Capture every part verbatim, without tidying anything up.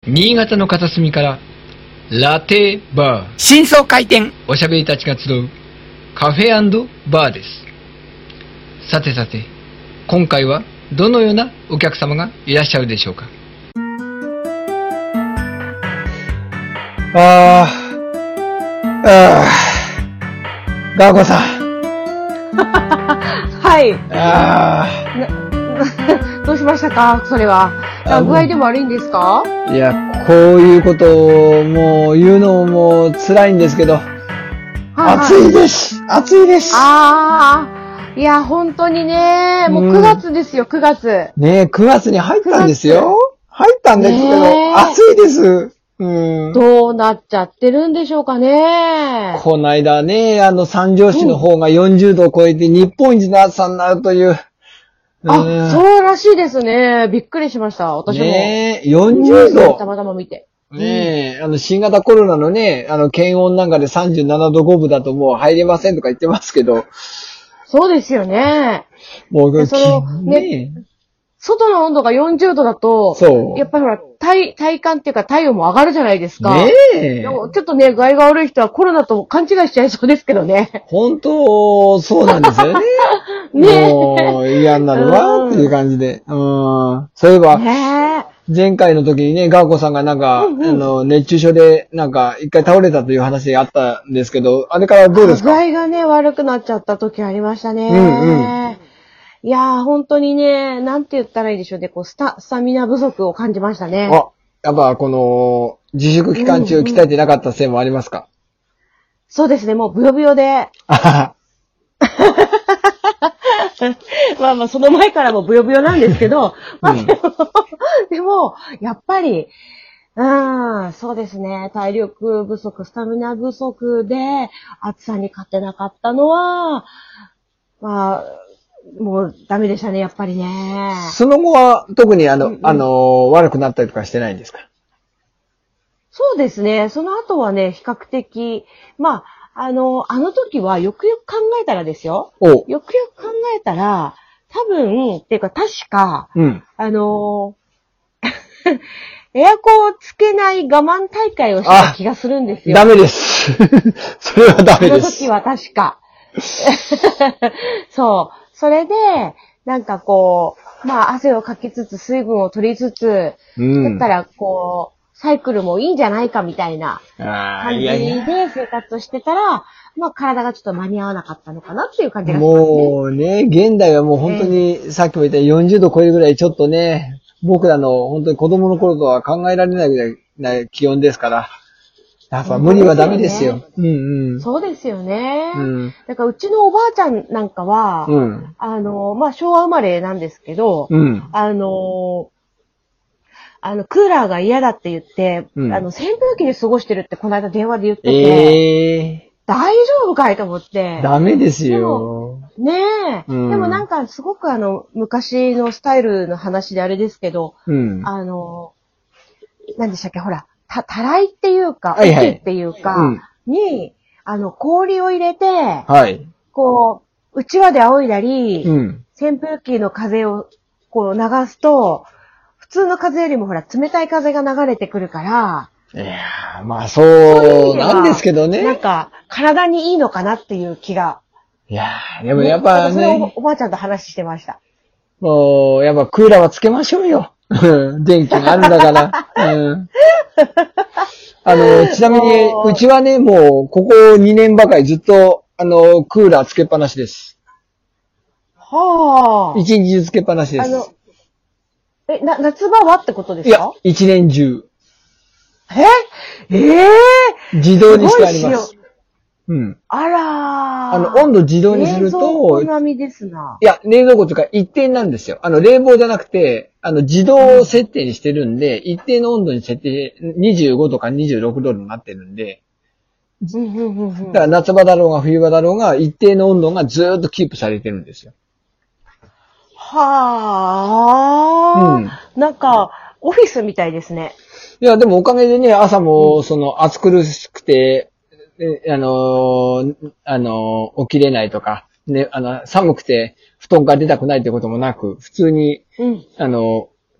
新潟の片隅からラテバー新装開店おしゃべりたちが集うカフェ&バーです。さてさて今回はどのようなお客様がいらっしゃるでしょうか。 あーあーガーコさんはい。 あなどうしましたかそれは。 あ具合でも悪いんですか？ ーいやこういうことをもう言うのももう辛いんですけど、 はいはい、 暑いです暑いです。 ああ、いや本当にね、もうくがつですよ、うん、くがつ。 ねえくがつに入ったんですよ。入ったんですけど、暑いです。うん、 どうなっちゃってるんでしょうかね。 こないだね、あの三条市の方がよんじゅうどを超えて日本一の暑さになるという。 あ、うん、そうらしいですね。びっくりしました。私も。 ねえ、よんじゅうど。 たまたま見て。 ねえ、うん、あの、新型コロナのね、あの、検温なんかでさんじゅうななどごぶだともう入れませんとか言ってますけど。 そうですよね。 もう、 その、ね、外の温度がよんじゅうどだと、そう。やっぱりほら、体、体感っていうか体温も上がるじゃないですか。 ねえ。 ちょっとね、具合が悪い人はコロナと勘違いしちゃいそうですけどね。 本当、そうなんですよね。ねもう嫌になるわっていう感じで。うん。そういえば、ね、前回の時にね、ガーコさんがなんか、うんうん、あの、熱中症でなんか一回倒れたという話があったんですけど、あれからどうですか？ 具合がね、悪くなっちゃった時ありましたね。うんうん。いやー、本当にね、なんて言ったらいいでしょうね、こう、スタ、スタミナ不足を感じましたね。 あ、やっぱこの、自粛期間中鍛えてなかったせいもありますか？うんうん、 そうですね、もうブヨブヨで。まあまあ、その前からもブヨブヨなんですけど、まあでも、うん、でも、やっぱり、うん、そうですね、体力不足、スタミナ不足で、暑さに勝てなかったのは、まあ、もうダメでしたね、やっぱりね。 その後は特にあの、うんうん、あの、悪くなったりとかしてないんですか？ そうですね。その後はね、比較的、まあ、あの、あの時はよくよく考えたらですよ。よくよく考えたら、多分、っていうか確か、うん、あの、エアコンをつけない我慢大会をした気がするんですよ。 ダメです。それはダメです。 あの時は確か。そう。それで、なんかこう、まあ汗をかきつつ水分を取りつつ、うん、だったらこう、サイクルもいいんじゃないかみたいな感じで生活してたら、まあ体がちょっと間に合わなかったのかなっていう感じがしますね。 もうね、現代はもう本当に、えー、さっきも言ったよんじゅうど超えるぐらいちょっとね、僕らの本当に子供の頃とは考えられないぐらいな気温ですから、やっぱ無理はダメですよ。 うんうん。そうですよね。うん。だからうちのおばあちゃんなんかは、うん、あの、まあ、昭和生まれなんですけど、うん、あの、あの、クーラーが嫌だって言って、うん、あの、扇風機で過ごしてるってこの間電話で言ってて、えー、大丈夫かいと思って。 ダメですよ。 ねえ、うん。でもなんかすごくあの、昔のスタイルの話であれですけど、うん、あの、何でしたっけ、ほら、た、たらいっていうか、桶、はいはい、っていうか、うん、に、あの、氷を入れて、はい、こう、うちわで仰いだり、うん、扇風機の風をこう流すと、普通の風よりもほら、冷たい風が流れてくるから、 いやー、まあそうなんですけどね。 なんか、体にいいのかなっていう気が。 いやー、でもやっぱね。 それをおばあちゃんと話してました。 もう、やっぱクーラーはつけましょうよ。電気があるんだから。うん、あの、ちなみに、うちはね、もう、ここにねんばかりずっと、あの、クーラーつけっぱなしです。 はあ。 一日中つけっぱなしです。あの、 え、な、夏場はってことですか？いや、 一年中。 えええー、 自動にしてあります。うん。 あらー。 あの、温度自動にすると、 冷蔵庫並みですな。 いや、冷蔵庫というか一定なんですよ。あの、冷房じゃなくて、あの、自動設定にしてるんで、うん、一定の温度に設定、にじゅうごとかにじゅうろくどになってるんで、うんうんうんうん、だから夏場だろうが冬場だろうが、一定の温度がずーっとキープされてるんですよ。 はー。うん。なんか、オフィスみたいですね。 いや、でもおかげでね、朝も、その、暑苦しくて、あのー、あのー、起きれないとか、ね、あの、寒くて布団から出たくないってこともなく、普通に、うん、あの、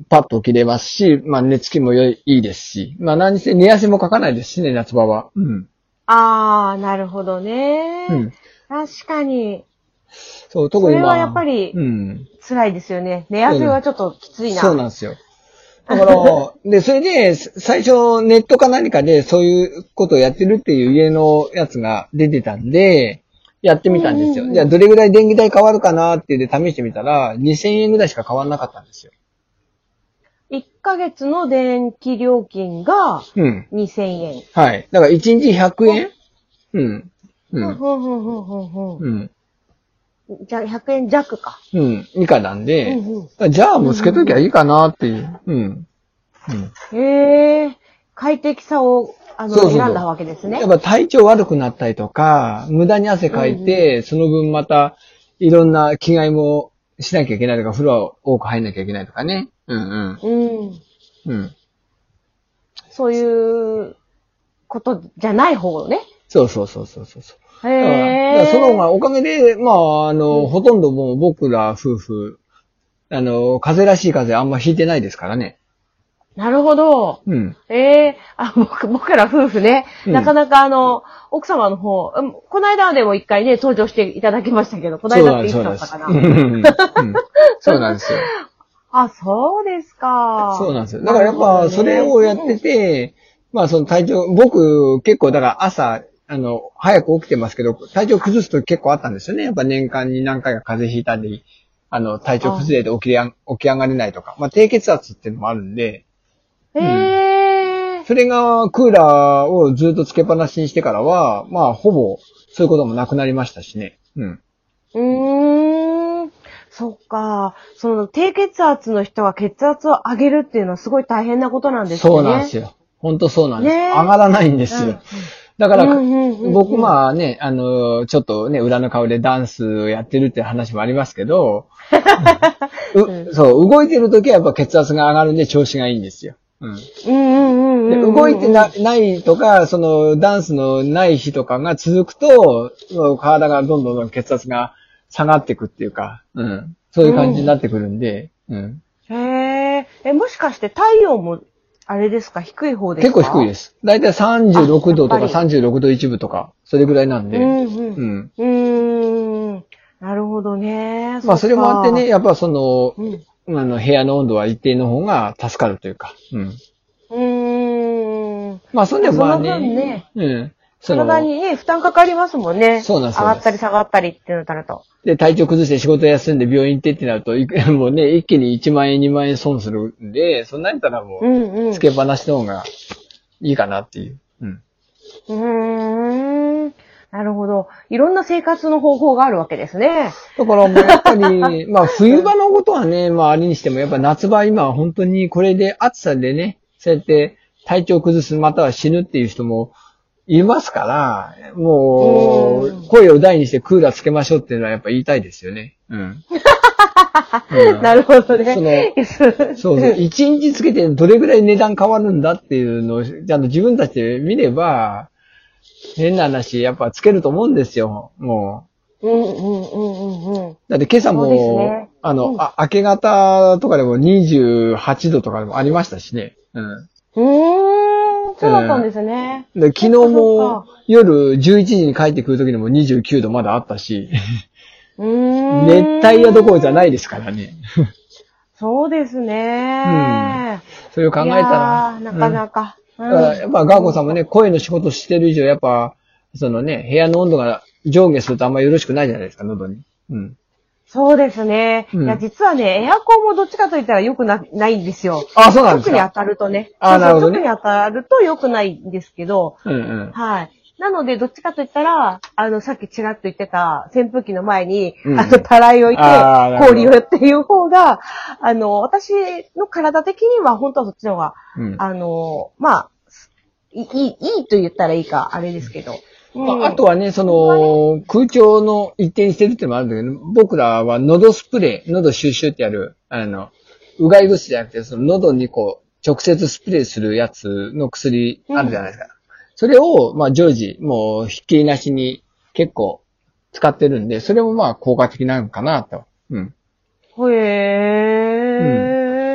パッと起きれますし、まあ寝つきもいいですし、まあ何せ寝汗もかかないですしね、夏場は。うん。 ああ、なるほどね。うん。確かに。 そう、特にまあ。それはやっぱり、うん。辛いですよね。寝汗はちょっときついな。 そうなんですよ。だから、で、それで、最初ネットか何かでそういうことをやってるっていう家のやつが出てたんで、やってみたんですよ。じゃあどれぐらい電気代変わるかなって言って試してみたら、にせんえんぐらいしか変わらなかったんですよ。 いっかげつの電気料金がにせんえん。うん、 はい。だからいちにちひゃくえんうん。 うん。ふんふんふんふんふん。うん。じゃあひゃくえん弱か。 うん。以下なんで、うんうん、じゃあもうつけときゃいいかなっていう。うん。 うん、へえ、快適さをあのそうそうそう選んだわけですね。 やっぱ体調悪くなったりとか、無駄に汗かいて、うんうん、その分またいろんな着替えもしなきゃいけないとか、風呂多く入んなきゃいけないとかね。うんうん。うん。 うん。そういうことじゃない方ね。 そうそうそうそうそう。へえ。だからその方がおかげで、まあ、あの、うん、ほとんどもう僕ら夫婦、あの、風邪らしい風邪あんまひいてないですからね。 なるほど。うん。ええー、あ、僕、僕ら夫婦ね、うん、なかなかあの、奥様の方、この間でも一回ね、登場していただきましたけど、この間っていつだったかな。 そうなんですよ。 あ、そうですか。 そうなんですよ。だからやっぱ、それをやってて、まあその体調、僕結構だから朝、あの、早く起きてますけど、体調崩すと結構あったんですよね。やっぱ年間に何回か風邪ひいたり、あの、体調崩れて起きや、起き上がれないとか、まあ低血圧っていうのもあるんで、へえ、うん。それがクーラーをずっとつけっぱなしにしてからは、まあほぼそういうこともなくなりましたしね。うん。 うーん。そっか。その低血圧の人は血圧を上げるっていうのはすごい大変なことなんですね。 そうなんですよ。本当そうなんです。ね、上がらないんですよ。うん、だから、うんうんうんうん、僕まあね、あの、ちょっとね、裏の顔でダンスをやってるって話もありますけど、うそう、動いてるときはやっぱ血圧が上がるんで調子がいいんですよ。うん。うんうんうん。動いてな、ないとか、その、ダンスのない日とかが続くと、体がどんどんどん血圧が下がっていくっていうか、うん。そういう感じになってくるんで、うん。 うん、へえ、え、もしかして体温も、あれですか、低い方ですか？ 結構低いです。だいたいさんじゅうろくどとかさんじゅうろくどいちぶとか、それぐらいなんで。うん、うん。うん。うーん。なるほどね。 まあ、それもあってね、やっぱその、うんあの、部屋の温度は一定の方が助かるというか。うん。うーん。まあ、そんでもまあね。その分ね。うん。 その体にね、負担かかりますもんね。そうなんですよ。上がったり下がったりってなったらと。 で、体調崩して仕事休んで病院行ってってなると、もうね、一気にいちまんえん、にまんえん損するんで、そんなんやったらもう、うんうん、つけっぱなしの方がいいかなっていう。うん。 うーん。なるほど。いろんな生活の方法があるわけですね。 だからもうやっぱり、まあ冬場のことはね、まああれにしても、やっぱ夏場今は本当にこれで暑さでね、そうやって体調崩すまたは死ぬっていう人もいますから、もう声を大にしてクーラーつけましょうっていうのはやっぱ言いたいですよね。うん。 うん、なるほどね。 その、そうそう。一日つけてどれぐらい値段変わるんだっていうのを、ちゃんと自分たちで見れば、変な話、やっぱつけると思うんですよ、もう。うんうんうんうんうん。だって今朝も、ね、あの、うん、あ、明け方とかでもにじゅうはちどとかでもありましたしね。うん。うーん、そうだったんですね。 うん、で昨日も夜じゅういちじに帰ってくる時にもにじゅうきゅうどまだあったし。うーん熱帯夜どころじゃないですからね。 そうですね。 うん。それを考えたら。 なかなか。うんだからやっぱガーコさんもね、声の仕事してる以上、やっぱ、そのね、部屋の温度が上下するとあんまりよろしくないじゃないですか、喉に。うん。 そうですね。うん、いや、実はね、エアコンもどっちかと言ったら良くな、ないんですよ。 あ、そうなんですか。 特に当たるとね。 あ、なるほどね。 特に当たると良くないんですけど。うんうん。はい。なので、どっちかと言ったら、あの、さっきちらっと言ってた扇風機の前に、うん、あの、たらいを置いて、氷をっていう方が、あの、私の体的には本当はそっちの方が、うん、あの、まあ、いい、いいと言ったらいいか、あれですけど。 うんまあ、あとはね、その、空調の一定にしてるってのもあるんだけど、僕らは喉スプレー、喉収集ってやる、あの、うがい薬じゃなくて、その喉にこう、直接スプレーするやつの薬あるじゃないですか。うん、それを、まあ、常時、もう、ひっきりなしに結構使ってるんで、それもまあ、効果的なのかなと。うん。 へー。うん。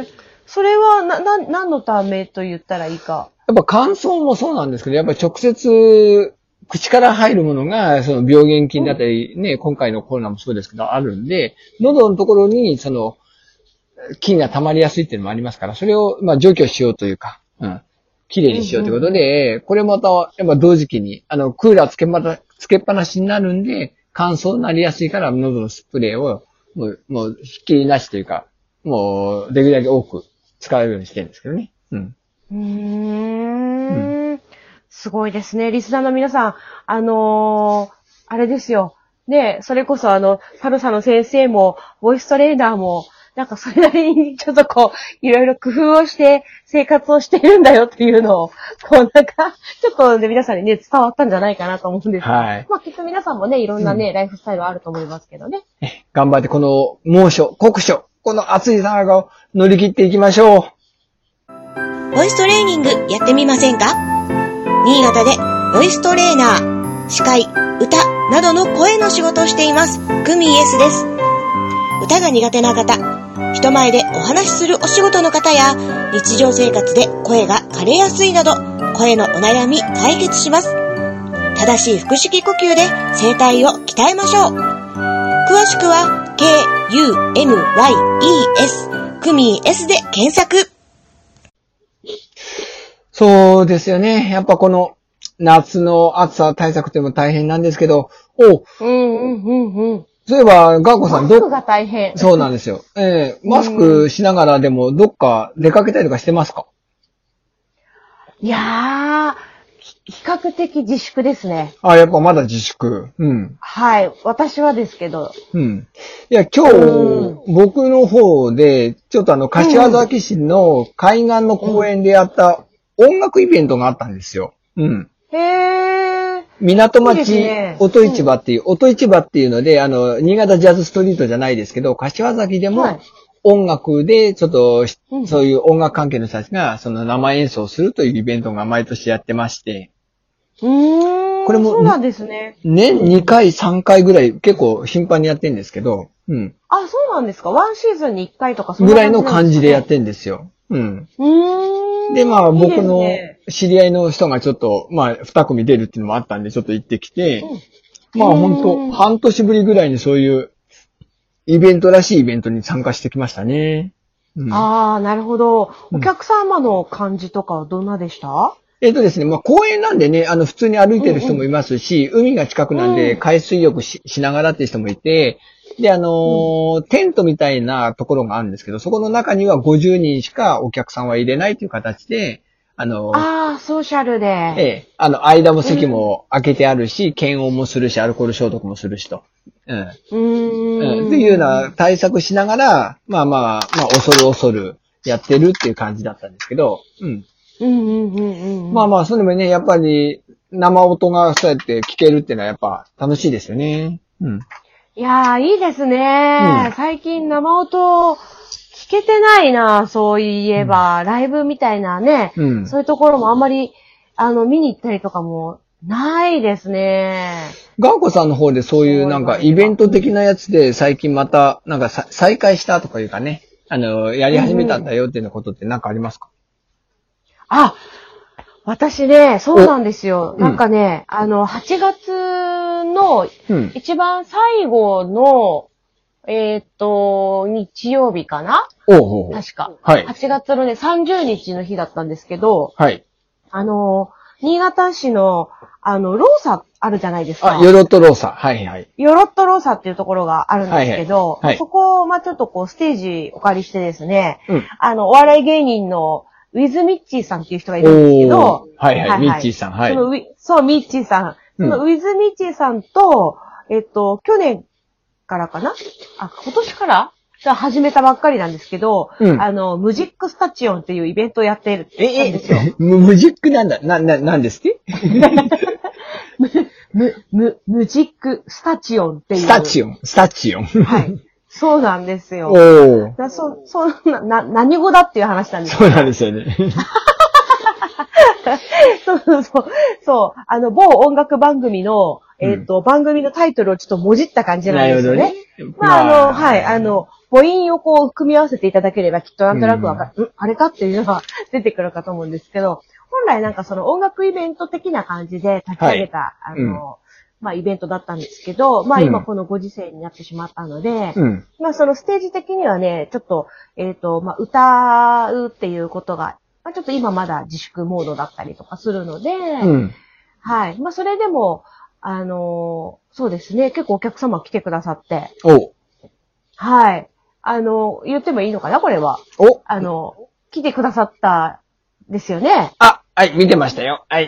それは、な、な、何のためと言ったらいいか。 やっぱ乾燥もそうなんですけど、やっぱり直接、口から入るものが、その病原菌だったり、ね、うん、今回のコロナもそうですけど、あるんで、喉のところに、その、菌が溜まりやすいっていうのもありますから、それを、まあ、除去しようというか、うん、きれいにしようということで、うんうん、これまた、やっぱ同時期に、あの、クーラーつけっぱな、つけっぱなしになるんで、乾燥になりやすいから、喉のスプレーを、もう、もう、ひっきりなしというか、もう、できるだけ多く使うようにしてるんですけどね。うん。 うーん。うん、すごいですね。リスナーの皆さん、あのー、あれですよ。ね、それこそあの、サルサの先生も、ボイストレーナーも、なんかそれなりにちょっとこう、いろいろ工夫をして生活をしているんだよっていうのを、こうなんか、ちょっとね、皆さんにね、伝わったんじゃないかなと思うんですけど。はい。まあきっと皆さんもね、いろんなね、うん、ライフスタイルあると思いますけどね。 頑張ってこの猛暑、酷暑、この暑いさがを乗り切っていきましょう。 ボイストレーニングやってみませんか？新潟でボイストレーナー、司会、歌などの声の仕事をしています。クミエスです。歌が苦手な方、人前でお話しするお仕事の方や、日常生活で声が枯れやすいなど、声のお悩み解決します。正しい腹式呼吸で声帯を鍛えましょう。詳しくは ケーユーエムワイイーエス クミエスで検索。 そうですよね。やっぱこの夏の暑さ対策っても大変なんですけど、お、 うんうんうんうん。 そういえば、ガーコさん、 どマスクが大変。 そうなんですよ。ええー、マスクしながらでもどっか出かけたりとかしてますか？ いやー、比較的自粛ですね。 あ、やっぱまだ自粛。うん。 はい。私はですけど。 うん。いや、今日、僕の方で、ちょっとあの、柏崎市の海岸の公園でやった音楽イベントがあったんですよ。うん。 へー。 港町音市場っていう、音市場っていうので、あの、新潟ジャズストリートじゃないですけど、柏崎でも音楽で、ちょっと、そういう音楽関係の人たちが、その生演奏するというイベントが毎年やってまして、 うーん。これも、そうなんですね。 年にかい、さんかいぐらい結構頻繁にやってるんですけど、うん。 あ、そうなんですか？ワンシーズンにいっかいとかそんな感じなんですかね？ぐらいの感じでやってるんですよ。うん。 うーん。 で、まあ僕の知り合いの人がちょっと、まあに組出るっていうのもあったんでちょっと行ってきて、うん、まあ本当半年ぶりぐらいにそういうイベントらしいイベントに参加してきましたね。 うん、ああ、なるほど。お客様の感じとかはどんなでした？うんえっとですね、まあ、公園なんでね、あの、普通に歩いてる人もいますし、うんうん、海が近くなんで、海水浴 し, しながらっていう人もいて、で、あのーうん、テントみたいなところがあるんですけど、そこの中にはごじゅうにんしかお客さんは入れないという形で、あのー、 ああ、ソーシャルで。ええ、あの、間も席も開けてあるし、うん、検温もするし、アルコール消毒もするしと。うん。うーん。 うん。っていうような対策しながら、まあまあ、まあ、恐る恐るやってるっていう感じだったんですけど、うん。 うんうんうんうん。 まあまあ、それもね、やっぱり生音がそうやって聞けるっていうのはやっぱ楽しいですよね。うん。 いやー、いいですね、うん。最近生音聞けてないな、そういえば、うん、ライブみたいなね、うん、そういうところもあんまり、あの、見に行ったりとかもないですね。 ガーコさんの方でそういうなんかイベント的なやつで最近またなんか再開したとかいうかね、あの、やり始めたんだよっていうことってなんかありますか？ あ、私ね、そうなんですよ。なんかね、うん、あの、はちがつの一番最後の、うん、えっと、日曜日かな？ おうおう確か。 はい。 はちがつのね、さんじゅうにちの日だったんですけど、 はい。 あの、新潟市の、あの、ローサあるじゃないですか。 あ、ヨロットローサ。はいはい。 ヨロットローサっていうところがあるんですけど、はいはいはい、そこを、まあちょっとこう、ステージお借りしてですね、うん、あの、お笑い芸人の、ウィズ・ミッチーさんっていう人がいるんですけど、 はいはい、はいはい、ミッチーさん、はい。 そのウィそう、ミッチーさん。そのウィズ・ミッチーさんと、うん、えっと、去年からかなあ、今年からが始めたばっかりなんですけど、うん、あの、ムジックスタチオンっていうイベントをやっているんですよ。 え、え、ムジックなんだ、な、な、なんですってむ、む、む、ムジックスタチオンっていう。 スタチオン、スタチオン。 はい。そうなんですよ。 おだそ、そな、な、何語だっていう話なんですよ。そうなんですよね。 そうそうそう。そう。あの、某音楽番組の、えっと、うん、番組のタイトルをちょっともじった感じなんですよね。なるほどね。 まあ、あの、はい、あの、母音をこう組み合わせていただければきっとなんとなくわかる、んあれかっていうのが出てくるかと思うんですけど、本来なんかその音楽イベント的な感じで立ち上げた、はい、あの、うん、まあイベントだったんですけど、まあ今このご時世になってしまったので、うん、まあそのステージ的にはね、ちょっと、えっと、まあ歌うっていうことが、まあちょっと今まだ自粛モードだったりとかするので、うん、はい。まあそれでも、あの、そうですね、結構お客様来てくださって、おはい。あの、言ってもいいのかなこれは。おあの、来てくださったですよね。 あ、はい、見てましたよ。はい。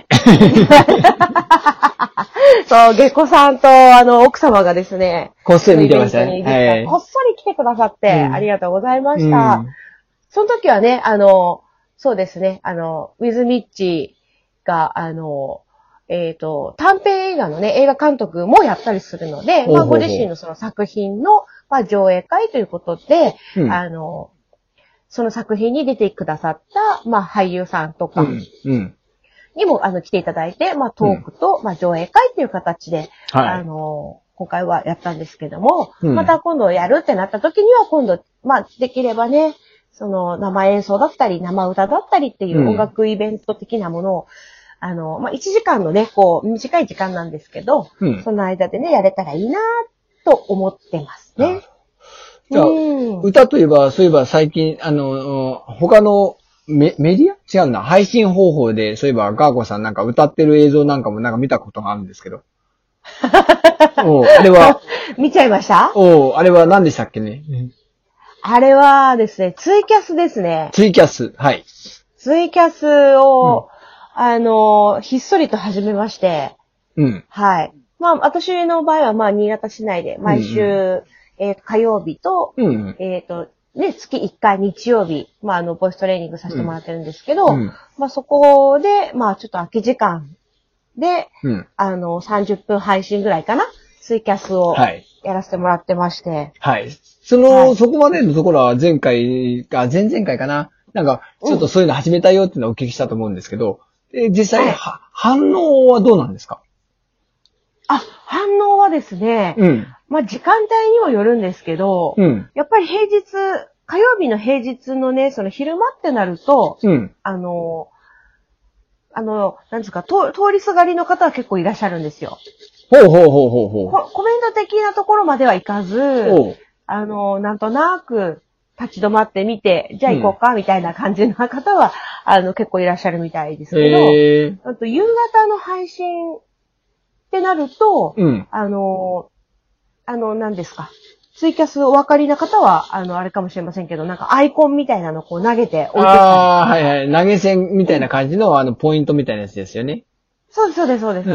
そう、下戸さんと、あの、奥様がですね。 こっそり見てましたね。 はい。こっそり来てくださって、うん、ありがとうございました。うん、その時はね、あの、そうですね、あの、ウィズ・ミッチが、あの、えっと、短編映画のね、映画監督もやったりするので、まあ、ご自身のその作品の、まあ、上映会ということで、うん、あの、その作品に出てくださった、まあ、俳優さんとかにも、うん、あの、来ていただいて、まあ、トークと、うん、まあ、上映会という形で、はい、あの、今回はやったんですけども、うん、また今度やるってなった時には、今度、まあ、できればね、その、生演奏だったり、生歌だったりっていう音楽イベント的なものを、あの、まあ、いちじかんのね、こう、短い時間なんですけど、うん、その間でね、やれたらいいなと思ってますね。 じゃあ、うん、歌といえば、そういえば最近、あの、他のメメディア違うな、配信方法で、そういえばガーゴさんなんか歌ってる映像なんかもなんか見たことがあるんですけど。おあれは、 見ちゃいました？ おあれは何でしたっけね、うん、 あれはですね、ツイキャスですね。 ツイキャス、はい。 ツイキャスを、うんあの、ひっそりと始めまして、うん。はい。まあ、私の場合は、まあ、新潟市内で、毎週、うんうん、えー、火曜日と、うんうん、えっ、ー、と、ね、月いっかい日曜日、まあ、あの、ボイストレーニングさせてもらってるんですけど、うん、まあ、そこで、まあ、ちょっと空き時間で、うん、あの、さんじゅっぷん配信ぐらいかな、ツイキャスをやらせてもらってまして。 はい。その、はい、そこまでのところは前回、あ、前々回かな。なんか、ちょっとそういうの始めたよっていうのをお聞きしたと思うんですけど、え実際、はい、反応はどうなんですか？ あ、反応はですね、うん、まあ時間帯にもよるんですけど、うん、やっぱり平日、火曜日の平日のね、その昼間ってなると、うん、あの、あの、なんですか、通りすがりの方は結構いらっしゃるんですよ。 ほうほうほうほうほう。 コメント的なところまではいかず、あの、なんとなく、立ち止まってみて、じゃあ行こうか、みたいな感じの方は、あの、結構いらっしゃるみたいですけど、えー、あと夕方の配信ってなると、うん、あの、あの、何ですか。ツイキャスお分かりな方は、あの、あれかもしれませんけど、なんかアイコンみたいなのをこう投げて置いてきたり。 ああ、はいはい。投げ銭みたいな感じの、うん、あの、ポイントみたいなやつですよね。 そうです、そうです、そうです。うん、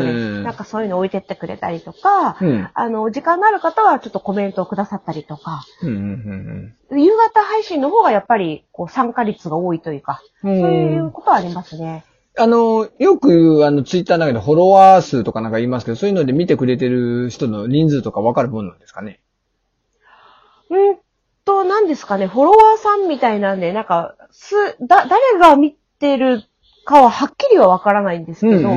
なんかそういうの置いてってくれたりとか、うん、あの、時間のある方はちょっとコメントをくださったりとか、うんうんうんうん、夕方配信の方がやっぱりこう参加率が多いというか、うん、そういうことはありますね。 あの、よくあのツイッターの中でフォロワー数とかなんか言いますけど、そういうので見てくれてる人の人数とかわかるもんなんですかね？ うんと、何ですかね、フォロワーさんみたいなんで、なんか、す、だ、誰が見てるかははっきりはわからないんですけど、うんうんうん、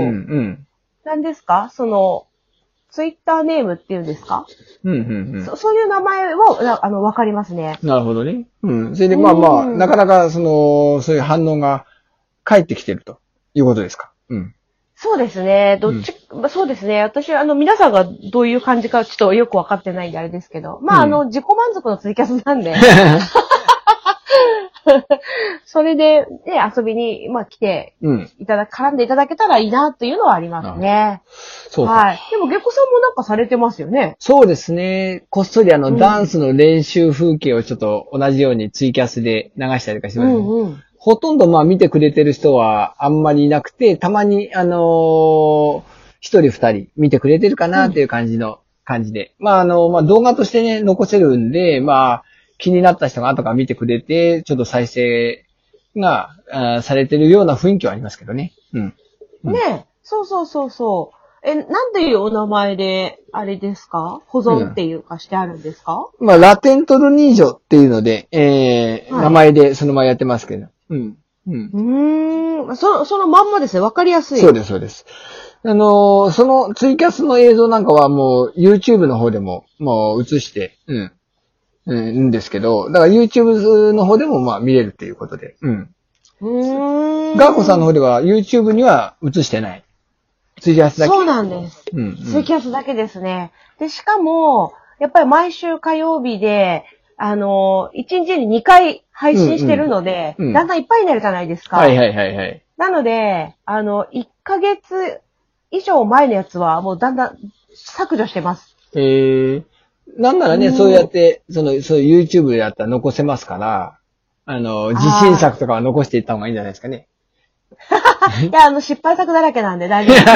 何ですかその、ツイッターネームっていうんですか、うんうんうん、そ, そういう名前は、あの、わかりますね。 なるほどね。うん。それで、まあまあ、なかなか、その、そういう反応が返ってきてるということですか。うん。 そうですね。どっち、うん、そうですね。私、あの、皆さんがどういう感じかちょっとよくわかってないんであれですけど、まあ、うん、あの、自己満足のツイキャスなんで。それで、ね、遊びに、まあ、来て、いただ、絡んでいただけたらいいな、というのはありますね。そうか。はい。でも、ゲコさんもなんかされてますよね。 そうですね。こっそりあの、うん、ダンスの練習風景をちょっと同じようにツイキャスで流したりとかしてます、ね。うんうん、ほとんどまあ見てくれてる人はあんまりいなくて、たまに、あのー、一人二人見てくれてるかなっていう感じの、うん、感じで。まあ、あの、まあ、動画としてね、残せるんで、まあ、気になった人が後から見てくれて、ちょっと再生がされてるような雰囲気はありますけどね。うん。 うん、ねえ、そうそうそうそう。え、なんていうお名前で、あれですか？保存っていうかしてあるんですか？ うん、まあ、ラテントルニージョっていうので、えーはい、名前でそのままやってますけど。うん。 うん。うーん。そ、そのまんまですね。わかりやすい。 そうです、そうです。あのー、そのツイキャスの映像なんかはもう YouTube の方でももう映して、うん。 んですけど、だから YouTube の方でもまあ見れるっていうことで。うん。 うーん。 ガーコさんの方では YouTube には映してない。ツイキャスだけ。 そうなんです。うん、うん。ツイキャスだけですね。で、しかも、やっぱり毎週火曜日で、あの、いちにちににかい配信してるので、うんうん、だんだんいっぱいになるじゃないですか。 はいはいはいはい。 なので、あの、いっかげつ以上前のやつはもうだんだん削除してます。 へー。なんならね、うん、そうやって、その、そういう YouTube でやったら残せますから、あの、自信作とかは残していった方がいいんじゃないですかね。 いや、あの、失敗作だらけなんで大丈夫。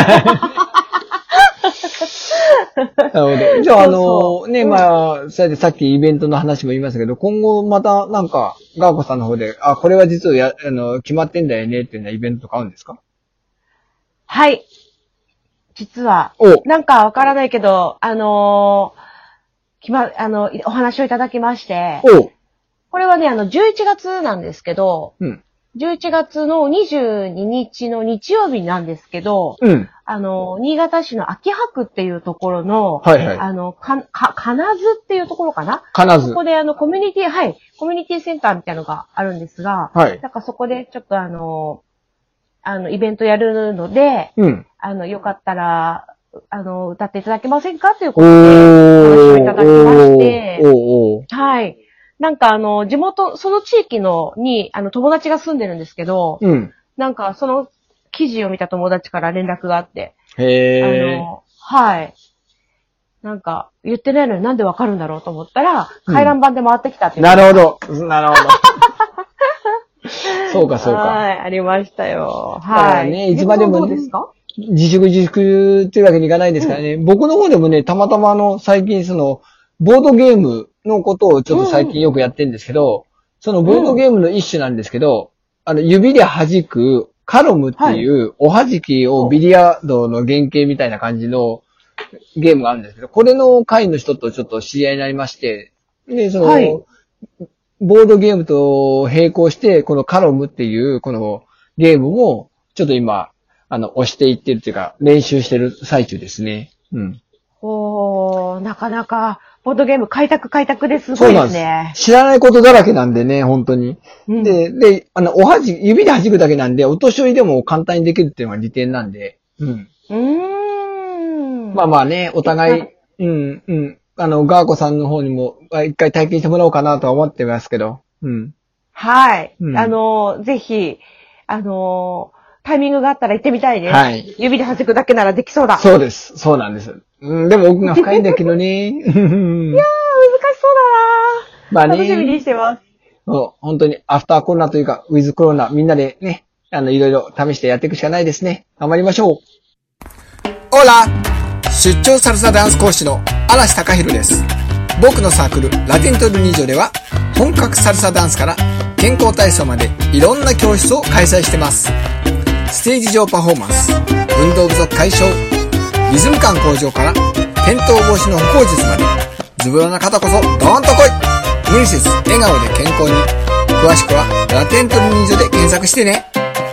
なるほど。じゃあ、あの、そうそうね、まあ、それでさっきイベントの話も言いましたけど、今後またなんか、ガーコさんの方で、あ、これは実はや、あの、決まってんだよねっていうようなイベントとかあるんですか？ はい。実は、なんかわからないけど、あのー、決ま、あの、お話をいただきまして、これはね、あの、じゅういちがつなんですけど、うん、じゅういちがつのにじゅうににちの日曜日なんですけど、うん、あの、新潟市の秋葉区っていうところの、はいはい、あの、か、か、金津っていうところかな？金津。そこであの、コミュニティ、はい、コミュニティセンターみたいなのがあるんですが、はい。なんかそこでちょっとあの、あの、イベントやるので、うん。あの、よかったら、あの、歌っていただけませんかということで、お話をいただきまして、おーはい。なんかあの、地元、その地域の、に、あの、友達が住んでるんですけど、うん。なんかその記事を見た友達から連絡があって、へー。あの、はい。なんか、言ってないのになんでわかるんだろうと思ったら、うん、回覧板で回ってきたっていう。 なるほど。なるほど。そうか、そうか。 はい、ありましたよ。はい。 ね、いつまでも、ね、どうですか？自粛自粛っていうわけにいかないですからね。うん、僕の方でもね、たまたまあの、最近その、ボードゲームのことをちょっと最近よくやってるんですけど、うん、そのボードゲームの一種なんですけど、あの、指で弾くカロムっていうおはじきをビリヤードの原型みたいな感じのゲームがあるんですけど、これの会の人とちょっと知り合いになりまして、で、その、はい、ボードゲームと並行して、このカロムっていうこのゲームも、ちょっと今、あの、押していってるっていうか、練習してる最中ですね。うん。 おー、なかなか、ボードゲーム開拓開拓ですごいですね。そうなんです。 知らないことだらけなんでね、本当に。うん、で、で、あの、おはじ、指で弾くだけなんで、お年寄りでも簡単にできるっていうのが利点なんで。うん。うーん。まあまあね、お互い、うん、うん。あの、ガーコさんの方にも、一回体験してもらおうかなとは思ってますけど。うん。 はい。うん、あの、ぜひ、あの、タイミングがあったら行ってみたいです。はい。指で弾くだけならできそうだ。 そうです。そうなんです。うん、でも奥が深いんだけどね。いやー、難しそうだなー。まあね。楽しみにしてます。 そう、本当にアフターコロナというか、ウィズコロナ、みんなでね、あの、いろいろ試してやっていくしかないですね。頑張りましょう。オラ出張サルサダンス講師の嵐貴弘です。僕のサークル、ラテントルニージョでは、本格サルサダンスから健康体操までいろんな教室を開催してます。ステージ上パフォーマンス、運動不足解消、リズム感向上から転倒防止の歩行術まで、ズボラな方こそドーンと来い。無理せず笑顔で健康に。詳しくはラテントルニージョで検索してね。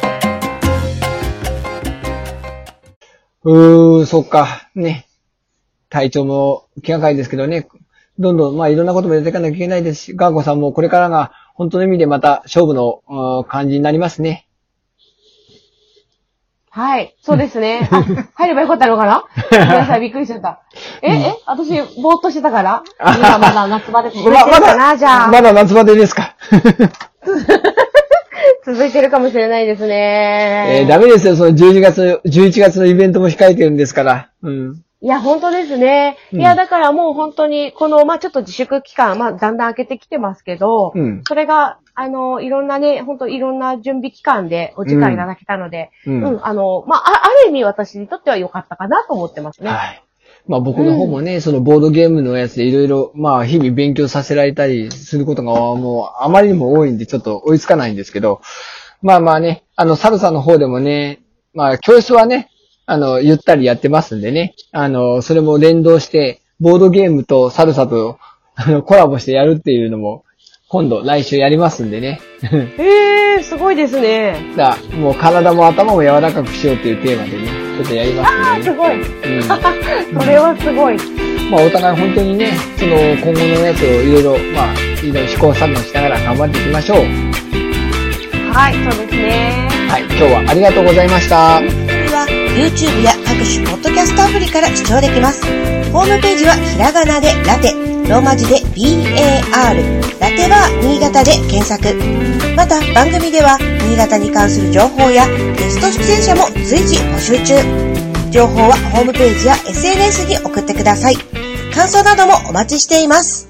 うー、そっか。ね。体調も気がかりですけどね。どんどん、まあいろんなこともやっていかなきゃいけないですし、ガーコさんもこれからが本当の意味でまた勝負の感じになりますね。 はい。そうですね。あ、入ればよかったのかな？ごめんなさい、びっくりしちゃった。え、え私、ぼーっとしてたから今まだ夏場で続いてるかな、まだ、じゃあ。 まだ夏場でですか続いてるかもしれないですね。 えー、ダメですよ。そのじゅうにがつ、じゅういちがつのイベントも控えてるんですから。うん。 いや、本当ですね。いや、だからもう本当に、この、まあ、ちょっと自粛期間、まあ、だんだん開けてきてますけど、うん、それが、あの、いろんなね、本当いろんな準備期間でお時間いただけたので、うん、うん、あの、まあ、ある意味私にとっては良かったかなと思ってますね。はい。 まあ僕の方もね、うん、そのボードゲームのやつでいろいろ、まあ日々勉強させられたりすることがもうあまりにも多いんでちょっと追いつかないんですけど、まあまあね、あのサルサの方でもね、まあ教室はね、あの、ゆったりやってますんでね、あの、それも連動して、ボードゲームとサルサと、あの、コラボしてやるっていうのも、今度来週やりますんでね。 えー、すごいですね。 だからもう体も頭も柔らかくしようっていうテーマでね、ちょっとやりますんでね。 あー、すごい。うん、それはすごい。 まあお互い本当にね、その今後のやつをいろいろ、まあ、いろいろ試行錯誤しながら頑張っていきましょう。 はい、そうですね。 はい、今日はありがとうございました。 YouTube や各種ポッドキャストアプリから視聴できます。ホームページはひらがなでラテ、ローマ字で ビーエーアール、ラテバー新潟で検索。また番組では新潟に関する情報やゲスト出演者も随時募集中。情報はホームページや エスエヌエス に送ってください。感想などもお待ちしています。